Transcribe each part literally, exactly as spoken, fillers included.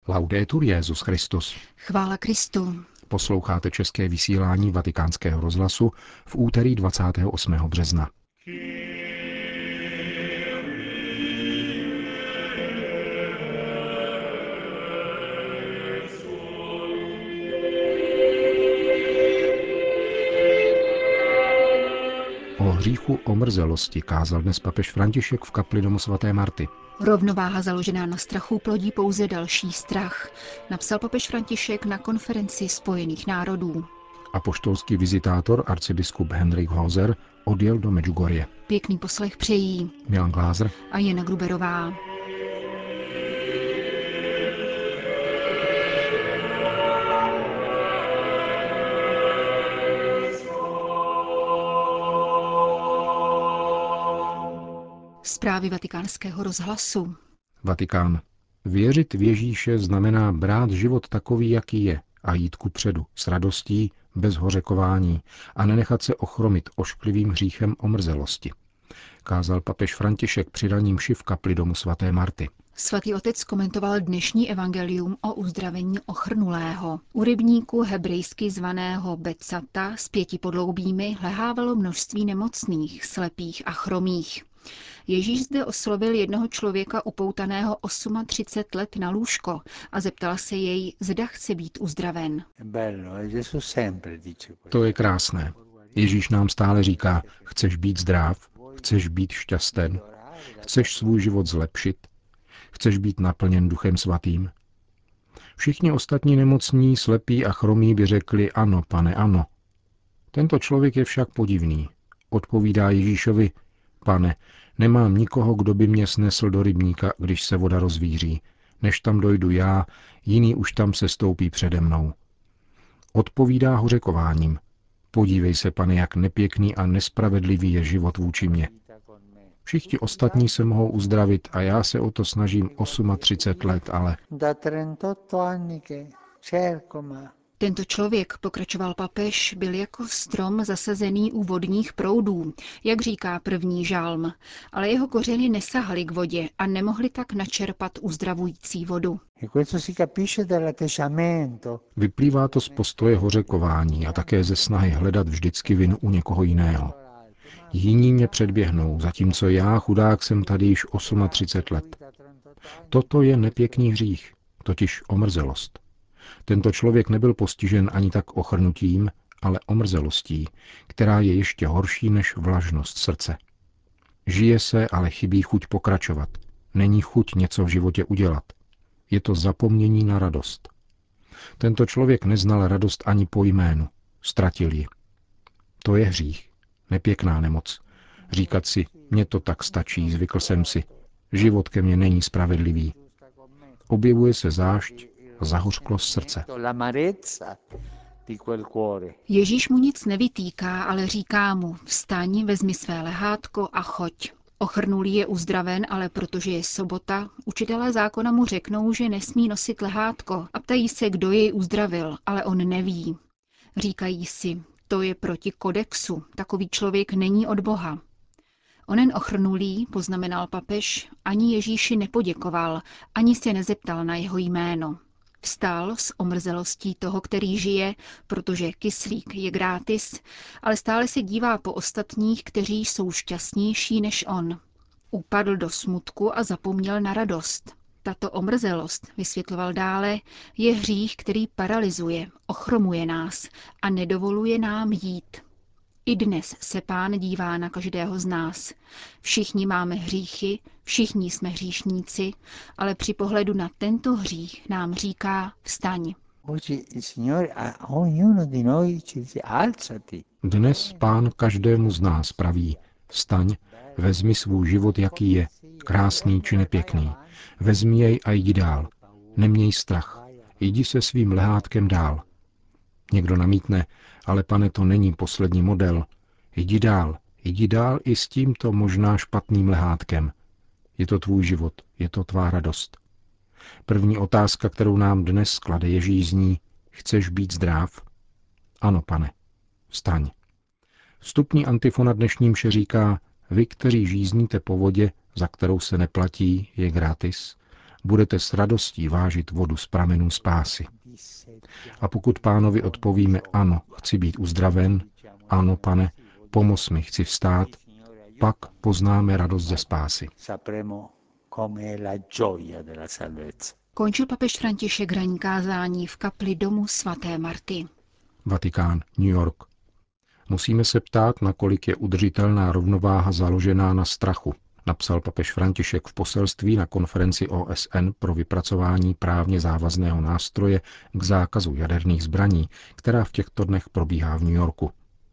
Laudetur Jesus Christus. Chvála Kristu. Posloucháte české vysílání Vatikánského rozhlasu v úterý dvacátého osmého března. O hříchu omrzelosti kázal dnes papež František v kapli domu svaté Marty. Rovnováha založená na strachu plodí pouze další strach, napsal papež František na konferenci Spojených národů. Apoštolský vizitátor arcibiskup Henrik Hoser odjel do Medjugorje. Pěkný poslech přejí Milan Glázer a Jana Gruberová. Zprávy Vatikánského rozhlasu. Vatikán. Věřit v Ježíše znamená brát život takový, jaký je, a jít kupředu s radostí, bez hořekování a nenechat se ochromit ošklivým hříchem omrzelosti, kázal papež František při raní mši v kapli domu svaté Marty. Svatý otec komentoval dnešní evangelium o uzdravení ochrnulého. U rybníku hebrejsky zvaného Betsata s pěti podloubími lehávalo množství nemocných, slepých a chromých. Ježíš zde oslovil jednoho člověka upoutaného třicet osm let na lůžko a zeptal se jej, zda chce být uzdraven. To je krásné. Ježíš nám stále říká, chceš být zdrav, chceš být šťasten, chceš svůj život zlepšit, chceš být naplněn Duchem Svatým. Všichni ostatní nemocní, slepí a chromí by řekli ano, pane, ano. Tento člověk je však podivný. Odpovídá Ježíšovi, pane, nemám nikoho, kdo by mě snesl do rybníka, když se voda rozvíří. Než tam dojdu já, jiný už tam se stoupí přede mnou. Odpovídá hořekováním. Podívej se, pane, jak nepěkný a nespravedlivý je život vůči mně. Všichni ostatní se mohou uzdravit a já se o to snažím třicet osm let, ale... Tento člověk, pokračoval papež, byl jako strom zasazený u vodních proudů, jak říká první žalm, ale jeho kořeny nesahaly k vodě a nemohli tak načerpat uzdravující vodu. Vyplývá to z postoje hořekování a také ze snahy hledat vždycky vinu u někoho jiného. Jiní mě předběhnou, zatímco já, chudák, jsem tady již třicet osm let. Toto je nepěkný hřích, totiž omrzelost. Tento člověk nebyl postižen ani tak ochrnutím, ale omrzelostí, která je ještě horší než vlažnost srdce. Žije se, ale chybí chuť pokračovat. Není chuť něco v životě udělat. Je to zapomnění na radost. Tento člověk neznal radost ani po jménu. Ztratil ji. To je hřích. Nepěkná nemoc. Říkat si, mně to tak stačí, zvykl jsem si. Život ke mně není spravedlivý. Objevuje se zášť, zahořklost srdce. Ježíš mu nic nevytýká, ale říká mu, vstaň, vezmi své lehátko a choď. Ochrnulý je uzdraven, ale protože je sobota, učitelé zákona mu řeknou, že nesmí nosit lehátko a ptají se, kdo jej uzdravil, ale on neví. Říkají si, to je proti kodexu, takový člověk není od Boha. Onen ochrnulý, poznamenal papež, ani Ježíši nepoděkoval, ani se nezeptal na jeho jméno. Vstal s omrzelostí toho, který žije, protože kyslík je gratis, ale stále se dívá po ostatních, kteří jsou šťastnější než on. Upadl do smutku a zapomněl na radost. Tato omrzelost, vysvětloval dále, je hřích, který paralyzuje, ochromuje nás a nedovoluje nám jít. I dnes se Pán dívá na každého z nás. Všichni máme hříchy, všichni jsme hříšníci, ale při pohledu na tento hřích nám říká vstaň. Dnes Pán každému z nás praví, vstaň, vezmi svůj život, jaký je, krásný či nepěkný. Vezmi jej a jdi dál. Neměj strach. Jdi se svým lehátkem dál. Někdo namítne, ale pane, to není poslední model. Jdi dál. Jdi dál i s tímto možná špatným lehátkem. Je to tvůj život, je to tvá radost. První otázka, kterou nám dnes klade Ježíš, zní, chceš být zdrav? Ano, pane. Vstaň. Vstupní antifona dnešní mše říká, vy, kteří žízníte po vodě, za kterou se neplatí, je gratis, budete s radostí vážit vodu z pramenů spásy. A pokud Pánovi odpovíme ano, chci být uzdraven, ano, Pane, pomoz mi, chci vstát, pak poznáme radost ze spásy. Končil papež František ranní kázání v kapli domu svaté Marty. Vatikán, New York. Musíme se ptát, nakolik je udržitelná rovnováha založená na strachu, napsal papež František v poselství na konferenci O S N pro vypracování právně závazného nástroje k zákazu jaderných zbraní, která v těchto dnech probíhá v New Yorku.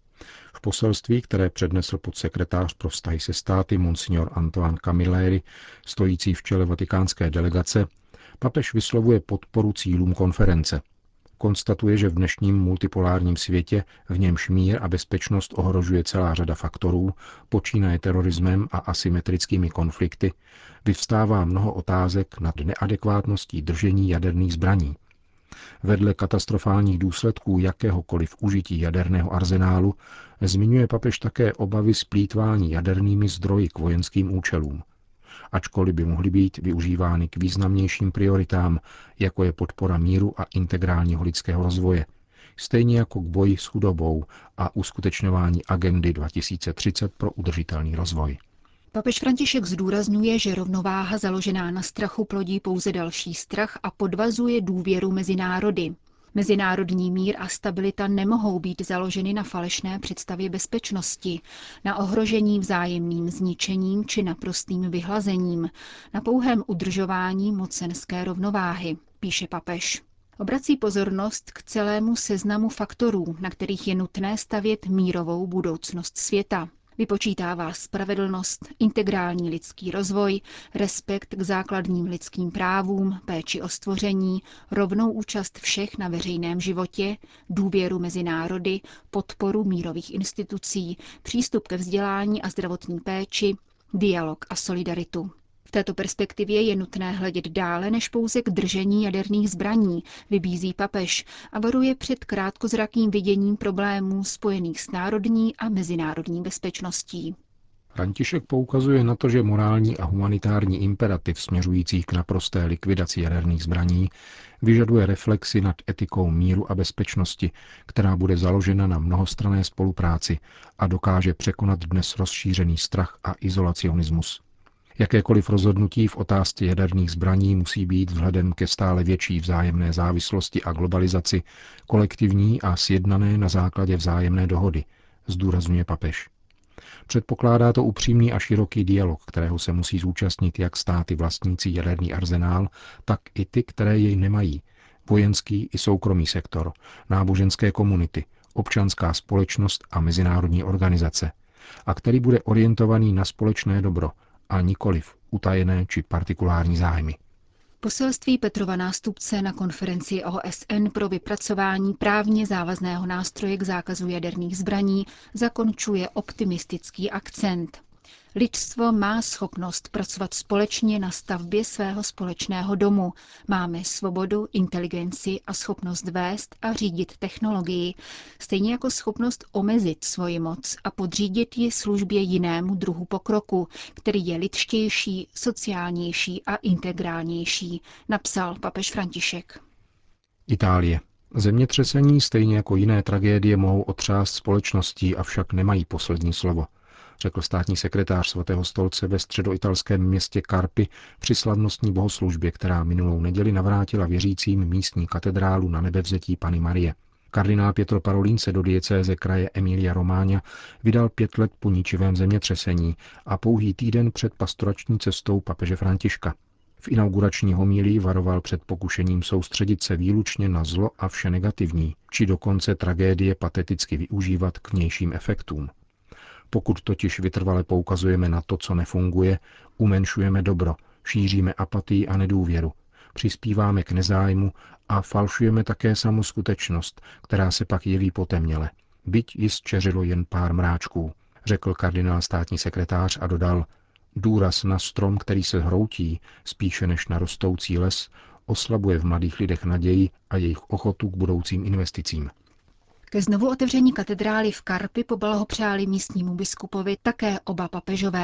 V poselství, které přednesl podsekretář pro vztahy se státy Monsignor Antoine Camilleri, stojící v čele vatikánské delegace, papež vyslovuje podporu cílům konference. Konstatuje, že v dnešním multipolárním světě, v němž mír a bezpečnost ohrožuje celá řada faktorů, počínaje terorismem a asymetrickými konflikty, vyvstává mnoho otázek nad neadekvátností držení jaderných zbraní. Vedle katastrofálních důsledků jakéhokoliv užití jaderného arzenálu zmiňuje papež také obavy z plýtvání jadernými zdroji k vojenským účelům. Ačkoliv by mohly být využívány k významnějším prioritám, jako je podpora míru a integrálního lidského rozvoje, stejně jako k boji s chudobou a uskutečňování agendy dva tisíce třicet pro udržitelný rozvoj. Papež František zdůrazňuje, že rovnováha založená na strachu plodí pouze další strach a podvazuje důvěru mezi národy. Mezinárodní mír a stabilita nemohou být založeny na falešné představě bezpečnosti, na ohrožení vzájemným zničením či naprostým vyhlazením, na pouhém udržování mocenské rovnováhy, píše papež. Obrací pozornost k celému seznamu faktorů, na kterých je nutné stavět mírovou budoucnost světa. Vypočítává spravedlnost, integrální lidský rozvoj, respekt k základním lidským právům, péči o stvoření, rovnou účast všech na veřejném životě, důvěru mezi národy, podporu mírových institucí, přístup ke vzdělání a zdravotní péči, dialog a solidaritu. V této perspektivě je nutné hledět dále než pouze k držení jaderných zbraní, vybízí papež a varuje před krátkozrakým viděním problémů spojených s národní a mezinárodní bezpečností. František poukazuje na to, že morální a humanitární imperativ směřující k naprosté likvidaci jaderných zbraní vyžaduje reflexi nad etikou míru a bezpečnosti, která bude založena na mnohostranné spolupráci a dokáže překonat dnes rozšířený strach a izolacionismus. Jakékoliv rozhodnutí v otázce jaderných zbraní musí být vzhledem ke stále větší vzájemné závislosti a globalizaci kolektivní a sjednané na základě vzájemné dohody, zdůrazňuje papež. Předpokládá to upřímný a široký dialog, kterého se musí zúčastnit jak státy vlastnící jaderný arzenál, tak i ty, které jej nemají, vojenský i soukromý sektor, náboženské komunity, občanská společnost a mezinárodní organizace, a který bude orientovaný na společné dobro, a nikoliv utajené či partikulární zájmy. Poselství Petrova nástupce na konferenci O S N pro vypracování právně závazného nástroje k zákazu jaderných zbraní zakončuje optimistický akcent. Lidstvo má schopnost pracovat společně na stavbě svého společného domu. Máme svobodu, inteligenci a schopnost vést a řídit technologii, stejně jako schopnost omezit svoji moc a podřídit ji službě jinému druhu pokroku, který je lidštější, sociálnější a integrálnější, napsal papež František. Itálie. Zemětřesení stejně jako jiné tragédie mohou otřást společností, avšak nemají poslední slovo, řekl státní sekretář Svatého stolce ve středoitalském městě Carpi při slavnostní bohoslužbě, která minulou neděli navrátila věřícím místní katedrálu na Nebevzetí Panny Marie. Kardinál Pietro Parolin se do diecéze kraje Emilia Romagna vydal pět let po ničivém zemětřesení a pouhý týden před pastorační cestou papeže Františka. V inaugurační homílii varoval před pokušením soustředit se výlučně na zlo a vše negativní, či dokonce tragédie pateticky využívat k vnějším efektům. Pokud totiž vytrvale poukazujeme na to, co nefunguje, umenšujeme dobro, šíříme apatii a nedůvěru, přispíváme k nezájmu a falšujeme také samu skutečnost, která se pak jeví potemněle. Byť ji zčeřilo jen pár mráčků, řekl kardinál státní sekretář a dodal, důraz na strom, který se hroutí, spíše než na rostoucí les, oslabuje v mladých lidech naději a jejich ochotu k budoucím investicím. Ke znovu otevření katedrály v Carpi poblahopřáli místnímu biskupovi také oba papežové.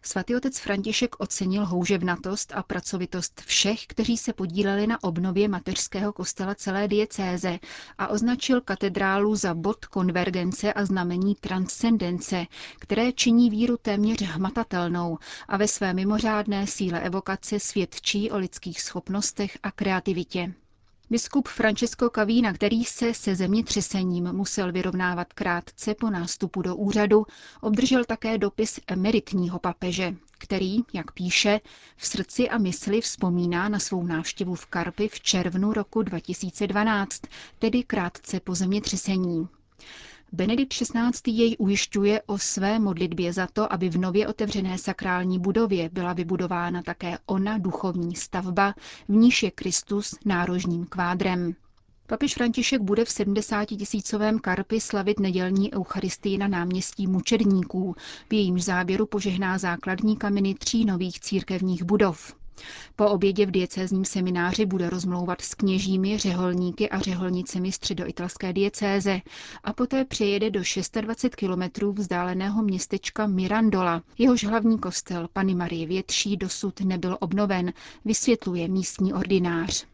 Svatý otec František ocenil houževnatost a pracovitost všech, kteří se podíleli na obnově mateřského kostela celé diecéze a označil katedrálu za bod konvergence a znamení transcendence, které činí víru téměř hmatatelnou a ve své mimořádné síle evokace svědčí o lidských schopnostech a kreativitě. Biskup Francesco Cavina, který se se zemětřesením musel vyrovnávat krátce po nástupu do úřadu, obdržel také dopis emeritního papeže, který, jak píše, v srdci a mysli vzpomíná na svou návštěvu v Karpi v červnu roku dva tisíce dvanáct, tedy krátce po zemětřesení. Benedikt šestnáctý jej ujišťuje o své modlitbě za to, aby v nově otevřené sakrální budově byla vybudována také ona duchovní stavba, v níž je Kristus nárožním kvádrem. Papež František bude v sedmdesátitisícovém Karpi slavit nedělní eucharistii na náměstí Mučedníků, v jejímž závěru požehná základní kameny tří nových církevních budov. Po obědě v diecézním semináři bude rozmlouvat s kněžími, řeholníky a řeholnicemi středoitalské diecéze a poté přejede do dvacet šest kilometrů vzdáleného městečka Mirandola. Jehož hlavní kostel Panny Marie Větší dosud nebyl obnoven, vysvětluje místní ordinář.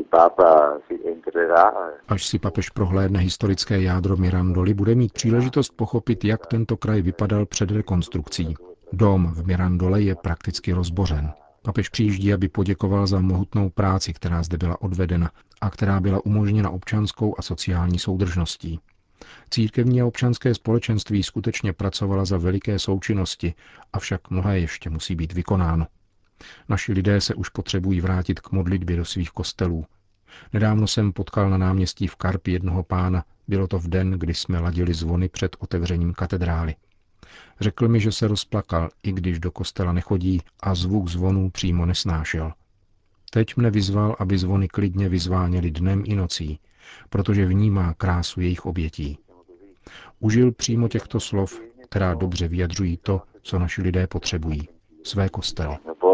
Až si papež prohlédne historické jádro Mirandoly, bude mít příležitost pochopit, jak tento kraj vypadal před rekonstrukcí. Dóm v Mirandole je prakticky rozbořen. Papež přijíždí, aby poděkoval za mohutnou práci, která zde byla odvedena a která byla umožněna občanskou a sociální soudržností. Církevní a občanské společenství skutečně pracovala za veliké součinnosti, avšak mnohé ještě musí být vykonáno. Naši lidé se už potřebují vrátit k modlitbě do svých kostelů. Nedávno jsem potkal na náměstí v Karpi jednoho pána, bylo to v den, kdy jsme ladili zvony před otevřením katedrály. Řekl mi, že se rozplakal, i když do kostela nechodí a zvuk zvonů přímo nesnášel. Teď mne vyzval, aby zvony klidně vyzváněly dnem i nocí, protože vnímá krásu jejich obětí. Užil přímo těchto slov, která dobře vyjadřují to, co naši lidé potřebují, své kostely.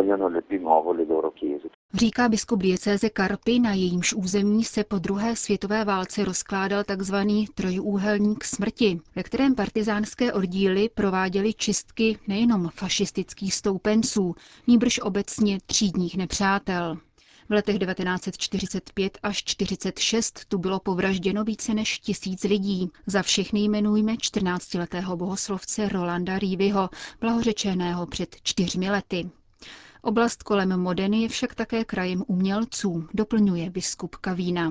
Říká biskup diecéze Karpi, na jejímž území se po druhé světové válce rozkládal tzv. Trojúhelník smrti, ve kterém partizánské oddíly prováděly čistky nejenom fašistických stoupenců, nýbrž obecně třídních nepřátel. V letech devatenáct set čtyřicet pět až čtyřicet šest tu bylo povražděno více než tisíc lidí. Za všechny jmenujme čtrnáctiletého bohoslovce Rolanda Riviho, blahořečeného před čtyřmi lety. Oblast kolem Modeny je však také krajem umělců, doplňuje biskup Cavina.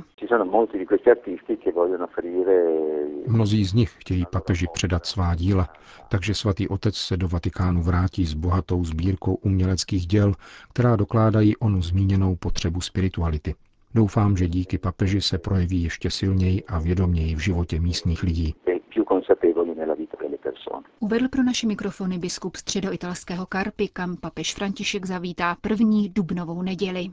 Mnozí z nich chtějí papeži předat svá díla, takže svatý otec se do Vatikánu vrátí s bohatou sbírkou uměleckých děl, která dokládají onu zmíněnou potřebu spirituality. Doufám, že díky papeži se projeví ještě silněji a vědoměji v životě místních lidí. Uvedl pro naše mikrofony biskup středoitalského Karpi, kam papež František zavítá první dubnovou neděli.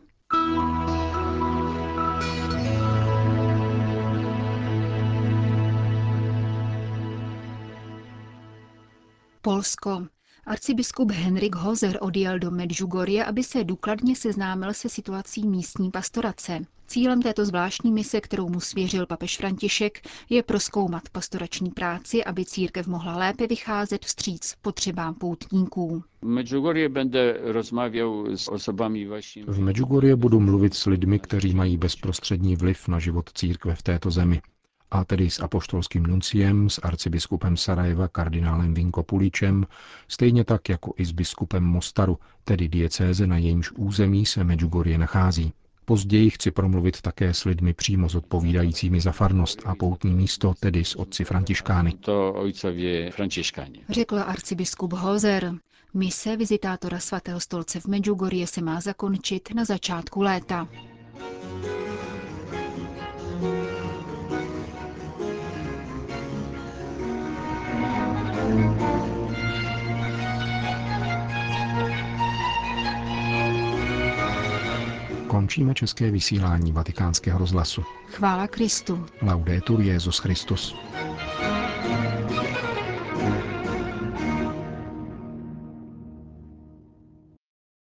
Polsko. Arcibiskup Henrik Hozer odjel do Medjugorje, aby se důkladně seznámil se situací místní pastorace. Cílem této zvláštní mise, kterou mu svěřil papež František, je prozkoumat pastorační práci, aby církev mohla lépe vycházet vstříc potřebám poutníků. V Medjugorje budu mluvit s lidmi, kteří mají bezprostřední vliv na život církve v této zemi. A tedy s apoštolským nunciem, s arcibiskupem Sarajeva kardinálem Vinko Puličem, stejně tak jako i s biskupem Mostaru, tedy diecéze, na jejímž území se Medjugorje nachází. Později chci promluvit také s lidmi přímo zodpovídajícími za farnost a poutní místo, tedy s otci františkány. Řekl arcibiskup Hozer. Mise vizitátora svatého stolce v Medjugorje se má zakončit na začátku léta. Končíme české vysílání Vatikánského rozhlasu. Chvála Kristu. Laudetur Jesus Christus.